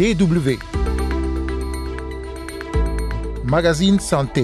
DW. Magazine Santé.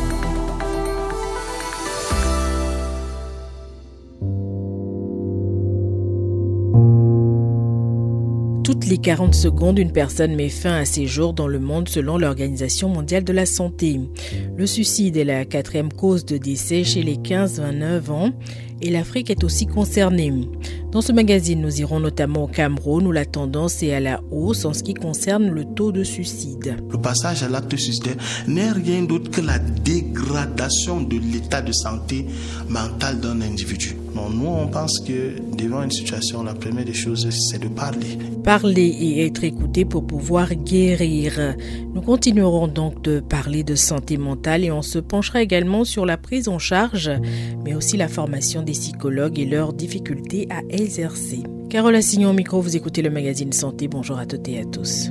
Toutes les 40 secondes, une personne met fin à ses jours dans le monde selon l'Organisation mondiale de la santé. Le suicide est la 4e cause de décès chez les 15-29 ans et l'Afrique est aussi concernée. Dans ce magazine, nous irons notamment au Cameroun où la tendance est à la hausse en ce qui concerne le taux de suicide. Le passage à l'acte suicidaire n'est rien d'autre que la dégradation de l'état de santé mentale d'un individu. Non, nous, on pense que devant une situation, la première des choses, c'est de parler. Parler et être écouté pour pouvoir guérir. Nous continuerons donc de parler de santé mentale et on se penchera également sur la prise en charge, mais aussi la formation des psychologues et leurs difficultés à exercer. Carole Assignon au micro, vous écoutez le magazine Santé. Bonjour à toutes et à tous.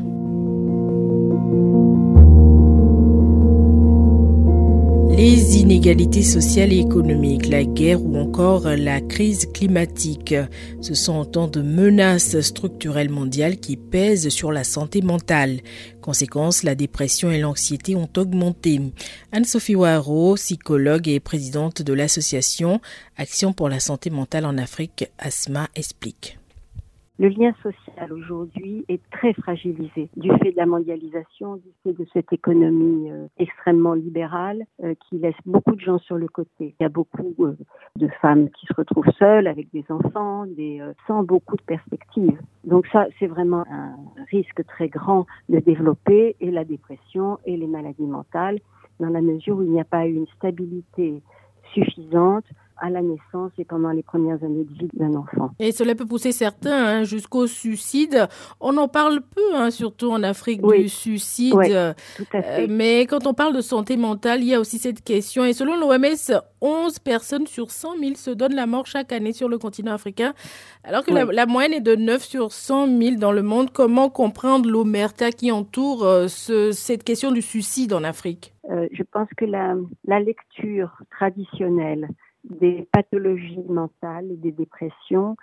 Les inégalités sociales et économiques, la guerre ou encore la crise climatique, ce sont autant de menaces structurelles mondiales qui pèsent sur la santé mentale. Conséquence, la dépression et l'anxiété ont augmenté. Anne-Sophie Ouaro, psychologue et présidente de l'association Action pour la santé mentale en Afrique, ASMA, explique. Le lien social aujourd'hui est très fragilisé du fait de la mondialisation, du fait de cette économie extrêmement libérale qui laisse beaucoup de gens sur le côté. Il y a beaucoup de femmes qui se retrouvent seules avec des enfants, sans beaucoup de perspectives. Donc ça, c'est vraiment un risque très grand de développer et la dépression et les maladies mentales dans la mesure où il n'y a pas une stabilité suffisante à la naissance et pendant les premières années de vie d'un enfant. Et cela peut pousser certains jusqu'au suicide. On en parle peu, surtout en Afrique, du suicide. Oui, tout à fait. Mais quand on parle de santé mentale, il y a aussi cette question. Et selon l'OMS, 11 personnes sur 100 000 se donnent la mort chaque année sur le continent africain, alors que la moyenne est de 9 sur 100 000 dans le monde. Comment comprendre l'omerta qui entoure cette question du suicide en Afrique ? Je pense que la lecture traditionnelle des pathologies mentales et des dépressions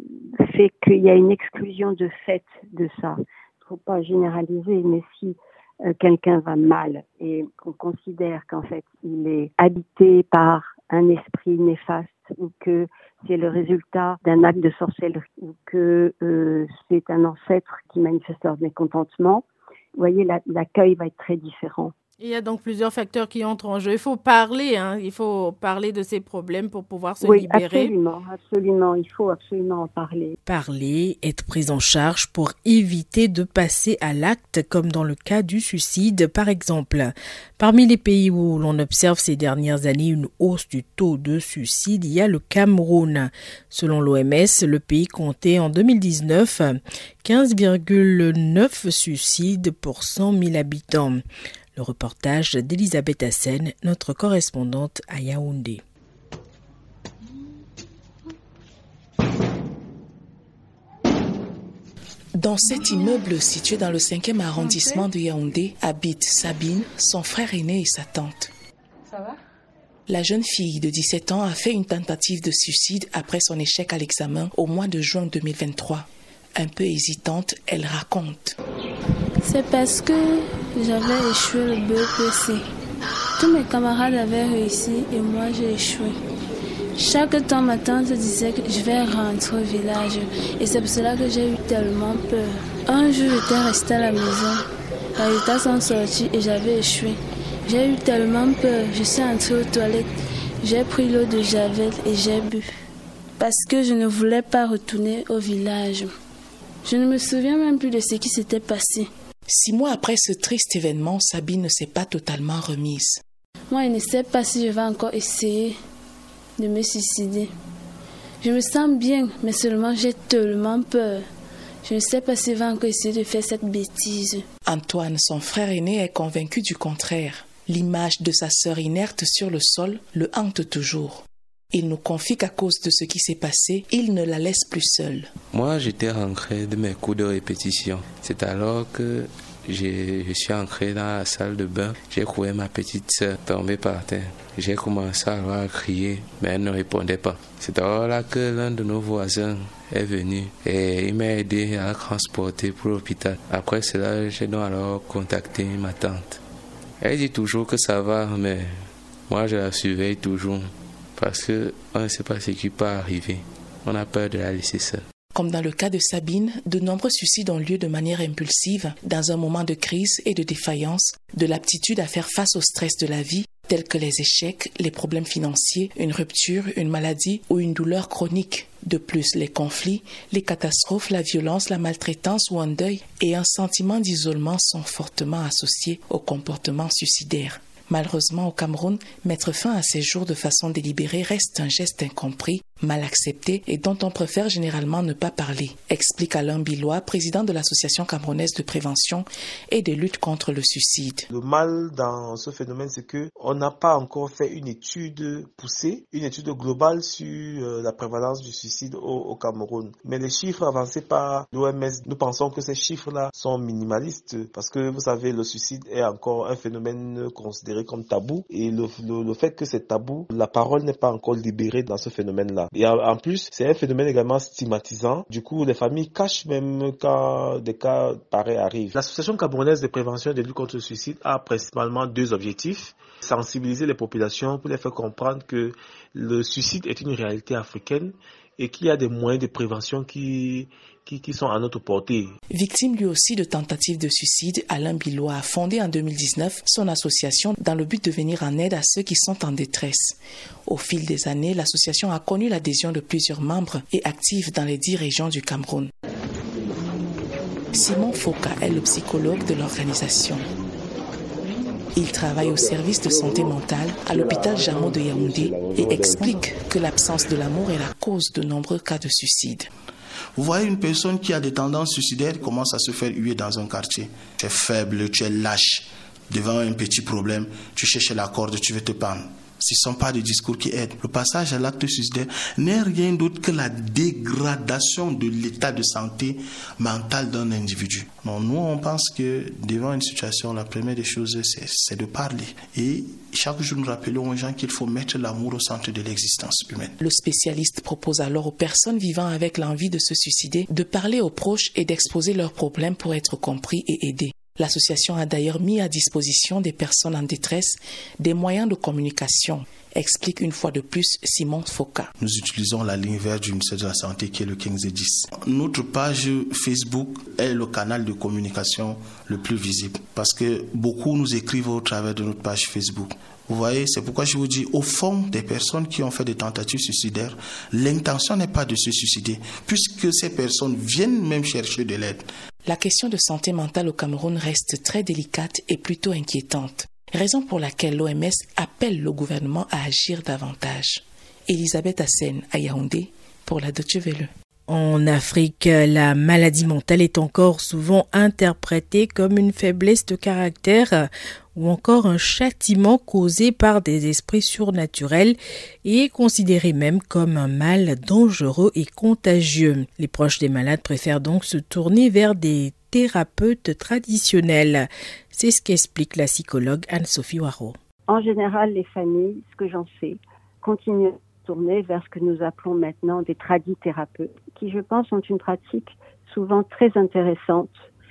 fait qu'il y a une exclusion de fait de ça. Il ne faut pas généraliser, mais si quelqu'un va mal et qu'on considère qu'en fait il est habité par un esprit néfaste ou que c'est le résultat d'un acte de sorcellerie ou que c'est un ancêtre qui manifeste leur mécontentement, vous voyez, l'accueil va être très différent. Il y a donc plusieurs facteurs qui entrent en jeu. Il faut parler, il faut parler de ces problèmes pour pouvoir se libérer. Oui, absolument. Il faut absolument en parler. Parler, être pris en charge pour éviter de passer à l'acte, comme dans le cas du suicide, par exemple. Parmi les pays où l'on observe ces dernières années une hausse du taux de suicide, il y a le Cameroun. Selon l'OMS, le pays comptait en 2019 15,9 suicides pour 100 000 habitants. Le reportage d'Elisabeth Hassen, notre correspondante à Yaoundé. Dans cet immeuble situé dans le 5e arrondissement de Yaoundé, habitent Sabine, son frère aîné et sa tante. Ça va ? La jeune fille de 17 ans a fait une tentative de suicide après son échec à l'examen au mois de juin 2023. Un peu hésitante, elle raconte. C'est parce que j'avais échoué le BEPC. Tous mes camarades avaient réussi et moi j'ai échoué. Chaque temps, ma tante disait que je vais rentrer au village et c'est pour cela que j'ai eu tellement peur. Un jour, j'étais restée à la maison. Les résultats sont sortis et j'avais échoué. J'ai eu tellement peur. Je suis entrée aux toilettes. J'ai pris l'eau de Javel et j'ai bu. Parce que je ne voulais pas retourner au village. Je ne me souviens même plus de ce qui s'était passé. 6 mois après ce triste événement, Sabine ne s'est pas totalement remise. Moi, je ne sais pas si je vais encore essayer de me suicider. Je me sens bien, mais seulement j'ai tellement peur. Je ne sais pas si je vais encore essayer de faire cette bêtise. Antoine, son frère aîné, est convaincu du contraire. L'image de sa sœur inerte sur le sol le hante toujours. Il nous confie qu'à cause de ce qui s'est passé, il ne la laisse plus seule. Moi, j'étais rentré de mes cours de répétition. C'est alors que je suis entré dans la salle de bain. J'ai trouvé ma petite sœur tombée par terre. J'ai commencé à crier, mais elle ne répondait pas. C'est alors là que l'un de nos voisins est venu et il m'a aidé à transporter pour l'hôpital. Après cela, j'ai donc alors contacté ma tante. Elle dit toujours que ça va, mais moi je la surveille toujours parce qu'on ne sait pas ce qui peut arriver. On a peur de la laisser seule. Comme dans le cas de Sabine, de nombreux suicides ont lieu de manière impulsive, dans un moment de crise et de défaillance, de l'aptitude à faire face au stress de la vie, tels que les échecs, les problèmes financiers, une rupture, une maladie ou une douleur chronique. De plus, les conflits, les catastrophes, la violence, la maltraitance ou un deuil et un sentiment d'isolement sont fortement associés au comportement suicidaire. Malheureusement, au Cameroun, mettre fin à ces jours de façon délibérée reste un geste incompris, mal accepté et dont on préfère généralement ne pas parler, explique Alain Bilois, président de l'Association camerounaise de prévention et de lutte contre le suicide. Le mal dans ce phénomène, c'est que on n'a pas encore fait une étude poussée, une étude globale sur la prévalence du suicide au Cameroun. Mais les chiffres avancés par l'OMS, nous pensons que ces chiffres-là sont minimalistes parce que vous savez, le suicide est encore un phénomène considéré comme tabou et le fait que c'est tabou, la parole n'est pas encore libérée dans ce phénomène-là. Et en plus, c'est un phénomène également stigmatisant. Du coup, les familles cachent même quand des cas pareils arrivent. L'Association camerounaise de prévention et de lutte contre le suicide a principalement 2 objectifs. Sensibiliser les populations pour les faire comprendre que le suicide est une réalité africaine et qu'il y a des moyens de prévention qui sont à notre portée. Victime lui aussi de tentatives de suicide, Alain Bilois a fondé en 2019 son association dans le but de venir en aide à ceux qui sont en détresse. Au fil des années, l'association a connu l'adhésion de plusieurs membres et active dans les 10 régions du Cameroun. Simon Foka est le psychologue de l'organisation. Il travaille au service de santé mentale à l'hôpital Jamo de Yaoundé et explique que l'absence de l'amour est la cause de nombreux cas de suicide. Vous voyez une personne qui a des tendances suicidaires commence à se faire huer dans un quartier. Tu es faible, tu es lâche. Devant un petit problème, tu cherches la corde, tu veux te pendre. Ce ne sont pas des discours qui aident. Le passage à l'acte suicidaire n'est rien d'autre que la dégradation de l'état de santé mentale d'un individu. Donc nous, on pense que devant une situation, la première des choses, c'est de parler. Et chaque jour, nous rappelons aux gens qu'il faut mettre l'amour au centre de l'existence humaine. Le spécialiste propose alors aux personnes vivant avec l'envie de se suicider de parler aux proches et d'exposer leurs problèmes pour être compris et aidés. L'association a d'ailleurs mis à disposition des personnes en détresse des moyens de communication, explique une fois de plus Simon Foka. Nous utilisons la ligne verte du ministère de la Santé qui est le 1510. Notre page Facebook est le canal de communication le plus visible parce que beaucoup nous écrivent au travers de notre page Facebook. Vous voyez, c'est pourquoi je vous dis, au fond, des personnes qui ont fait des tentatives suicidaires, l'intention n'est pas de se suicider, puisque ces personnes viennent même chercher de l'aide. La question de santé mentale au Cameroun reste très délicate et plutôt inquiétante, raison pour laquelle l'OMS appelle le gouvernement à agir davantage. Elisabeth Hassen à Yaoundé pour la Deutsche Welle. En Afrique, la maladie mentale est encore souvent interprétée comme une faiblesse de caractère ou encore un châtiment causé par des esprits surnaturels et est considérée même comme un mal dangereux et contagieux. Les proches des malades préfèrent donc se tourner vers des thérapeutes traditionnels. C'est ce qu'explique la psychologue Anne-Sophie Waro. En général, les familles, ce que j'en sais, continuent tourner vers ce que nous appelons maintenant des tradithérapeutes, qui, je pense, ont une pratique souvent très intéressante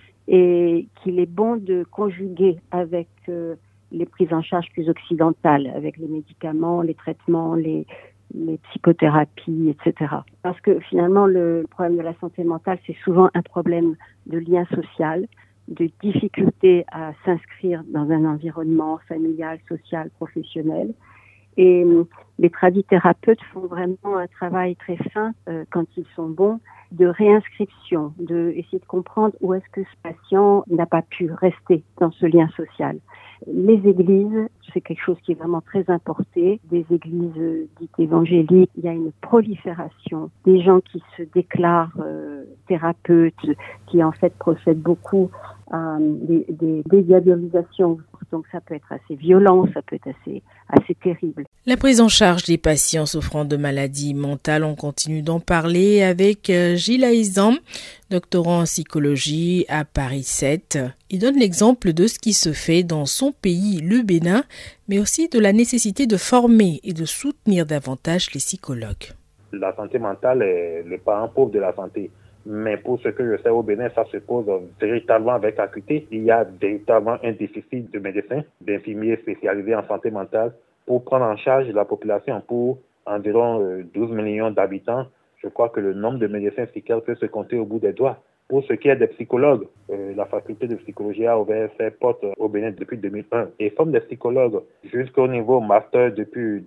et qu'il est bon de conjuguer avec les prises en charge plus occidentales, avec les médicaments, les traitements, les psychothérapies, etc. Parce que finalement, le problème de la santé mentale, c'est souvent un problème de lien social, de difficulté à s'inscrire dans un environnement familial, social, professionnel. Et les tradithérapeutes font vraiment un travail très fin, quand ils sont bons, de réinscription, de essayer de comprendre où est-ce que ce patient n'a pas pu rester dans ce lien social. Les églises, c'est quelque chose qui est vraiment très importé. Des églises dites évangéliques, il y a une prolifération des gens qui se déclarent thérapeutes, qui en fait procèdent beaucoup à des dédiabolisations. Donc ça peut être assez violent, ça peut être assez terrible. La prise en charge des patients souffrant de maladies mentales, on continue d'en parler avec Gilles Aizan, doctorant en psychologie à Paris 7. Il donne l'exemple de ce qui se fait dans son pays, le Bénin, mais aussi de la nécessité de former et de soutenir davantage les psychologues. la santé mentale est le parent pauvre de la santé. Mais pour ce que je sais au Bénin, ça se pose véritablement avec acuité. Il y a véritablement un déficit de médecins, d'infirmiers spécialisés en santé mentale pour prendre en charge la population. Pour environ 12 millions d'habitants, je crois que le nombre de médecins psychiatres peut se compter au bout des doigts. Pour ce qui est des psychologues, la faculté de psychologie a ouvert ses portes au Bénin depuis 2001 et forme des psychologues jusqu'au niveau master depuis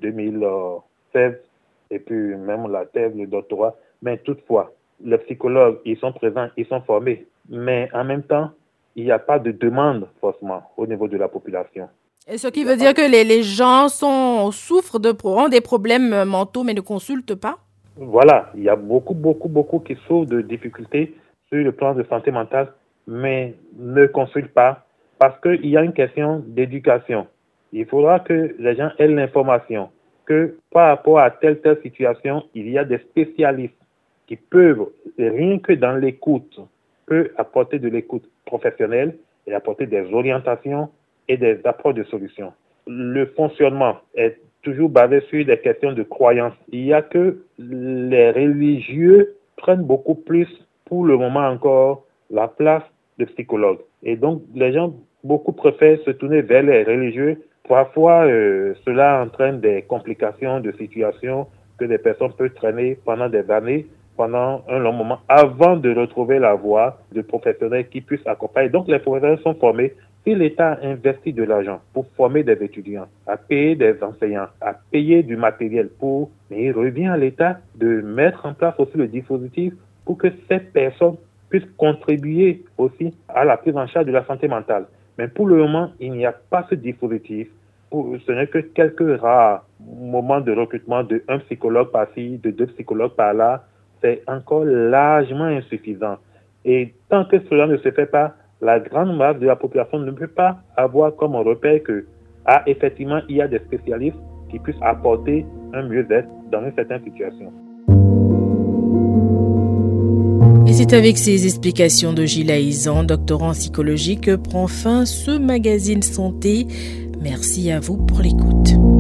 2016 et puis même la thèse, le doctorat. Mais toutefois, les psychologues, ils sont présents, ils sont formés. Mais en même temps, il n'y a pas de demande forcément au niveau de la population. Et ce qui veut dire que les gens souffrent ont des problèmes mentaux mais ne consultent pas? Voilà, il y a beaucoup qui souffrent de difficultés sur le plan de santé mentale, mais ne consultent pas parce qu'il y a une question d'éducation. Il faudra que les gens aient l'information que par rapport à telle situation, il y a des spécialistes qui peuvent, rien que dans l'écoute, peuvent apporter de l'écoute professionnelle et apporter des orientations et des apports de solutions. Le fonctionnement est toujours basé sur des questions de croyance. Il y a que les religieux prennent beaucoup plus, pour le moment encore, la place de psychologues. Et donc, les gens, beaucoup préfèrent se tourner vers les religieux. Parfois, cela entraîne des complications de situations que des personnes peuvent traîner pendant des années, pendant un long moment, avant de retrouver la voie de professionnels qui puissent accompagner. Donc, les professionnels sont formés. Si l'État investit de l'argent pour former des étudiants, à payer des enseignants, à payer du matériel mais il revient à l'État de mettre en place aussi le dispositif pour que ces personnes puissent contribuer aussi à la prise en charge de la santé mentale. Mais pour le moment, il n'y a pas ce dispositif. Ce n'est que quelques rares moments de recrutement de un psychologue par-ci, de 2 psychologues par-là. C'est encore largement insuffisant. Et tant que cela ne se fait pas, la grande masse de la population ne peut pas avoir comme repère que, effectivement, il y a des spécialistes qui puissent apporter un mieux-être dans une certaine situation. Et c'est avec ces explications de Gilles Aizan, doctorant en psychologie, que prend fin ce magazine santé. Merci à vous pour l'écoute.